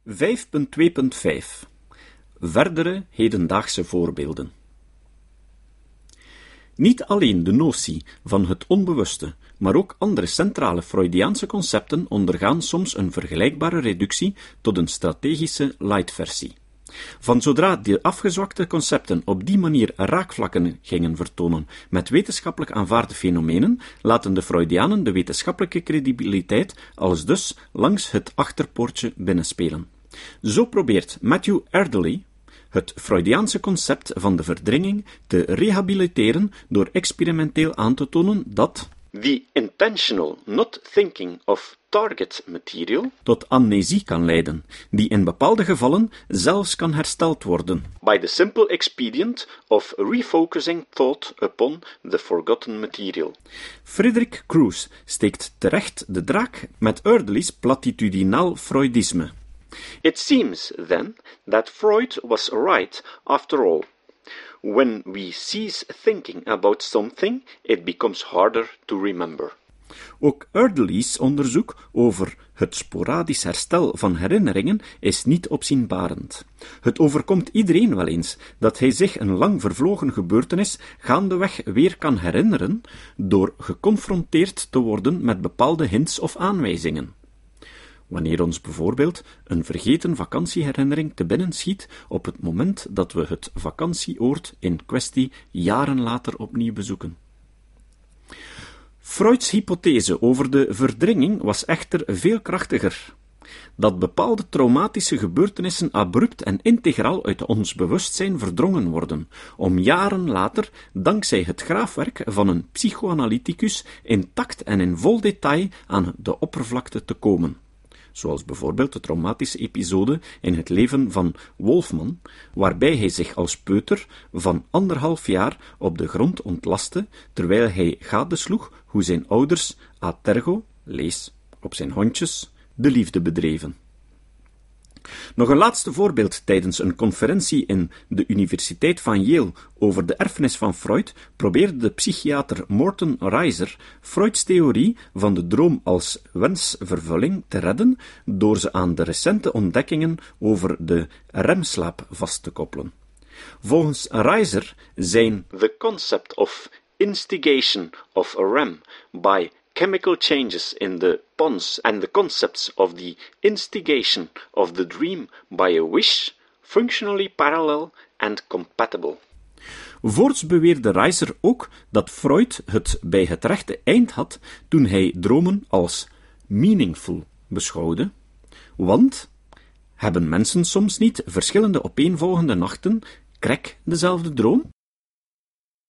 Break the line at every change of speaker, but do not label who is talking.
5.2.5 Verdere hedendaagse voorbeelden. Niet alleen de notie van het onbewuste, maar ook andere centrale Freudiaanse concepten ondergaan soms een vergelijkbare reductie tot een strategische light-versie. Van zodra de afgezwakte concepten op die manier raakvlakken gingen vertonen met wetenschappelijk aanvaarde fenomenen, laten de Freudianen de wetenschappelijke credibiliteit alsdus langs het achterpoortje binnenspelen. Zo probeert Matthew Erdely het Freudiaanse concept van de verdringing te rehabiliteren door experimenteel aan te tonen dat the intentional not thinking of target material tot amnesie kan leiden, die in bepaalde gevallen zelfs kan hersteld worden by the simple expedient of refocusing thought upon the forgotten material. Friedrich Kruse steekt terecht de draak met Erdely's platitudinaal Freudisme. It seems, then, that Freud was right after all. When we cease thinking about something, it becomes harder to remember. Ook Erdely's onderzoek over het sporadisch herstel van herinneringen is niet opzienbarend. Het overkomt iedereen wel eens dat hij zich een lang vervlogen gebeurtenis gaandeweg weer kan herinneren door geconfronteerd te worden met bepaalde hints of aanwijzingen. Wanneer ons bijvoorbeeld een vergeten vakantieherinnering te binnen schiet op het moment dat we het vakantieoord in kwestie jaren later opnieuw bezoeken. Freuds hypothese over de verdringing was echter veel krachtiger. Dat bepaalde traumatische gebeurtenissen abrupt en integraal uit ons bewustzijn verdrongen worden, om jaren later, dankzij het graafwerk van een psychoanalyticus, intact en in vol detail aan de oppervlakte te komen. Zoals bijvoorbeeld de traumatische episode in het leven van Wolfman, waarbij hij zich als peuter van 1,5 jaar op de grond ontlastte, terwijl hij gadesloeg hoe zijn ouders a tergo, lees, op zijn hondjes, de liefde bedreven. Nog een laatste voorbeeld. Tijdens een conferentie in de Universiteit van Yale over de erfenis van Freud probeerde de psychiater Morton Reiser Freuds theorie van de droom als wensvervulling te redden door ze aan de recente ontdekkingen over de remslaap vast te koppelen. Volgens Reiser zijn the concept of instigation of a REM by chemical changes in the pons and the concepts of the instigation of the dream by a wish functionally parallel and compatible. Voorts beweerde Reiser ook dat Freud het bij het rechte eind had toen hij dromen als meaningful beschouwde, want hebben mensen soms niet verschillende opeenvolgende nachten krek dezelfde droom?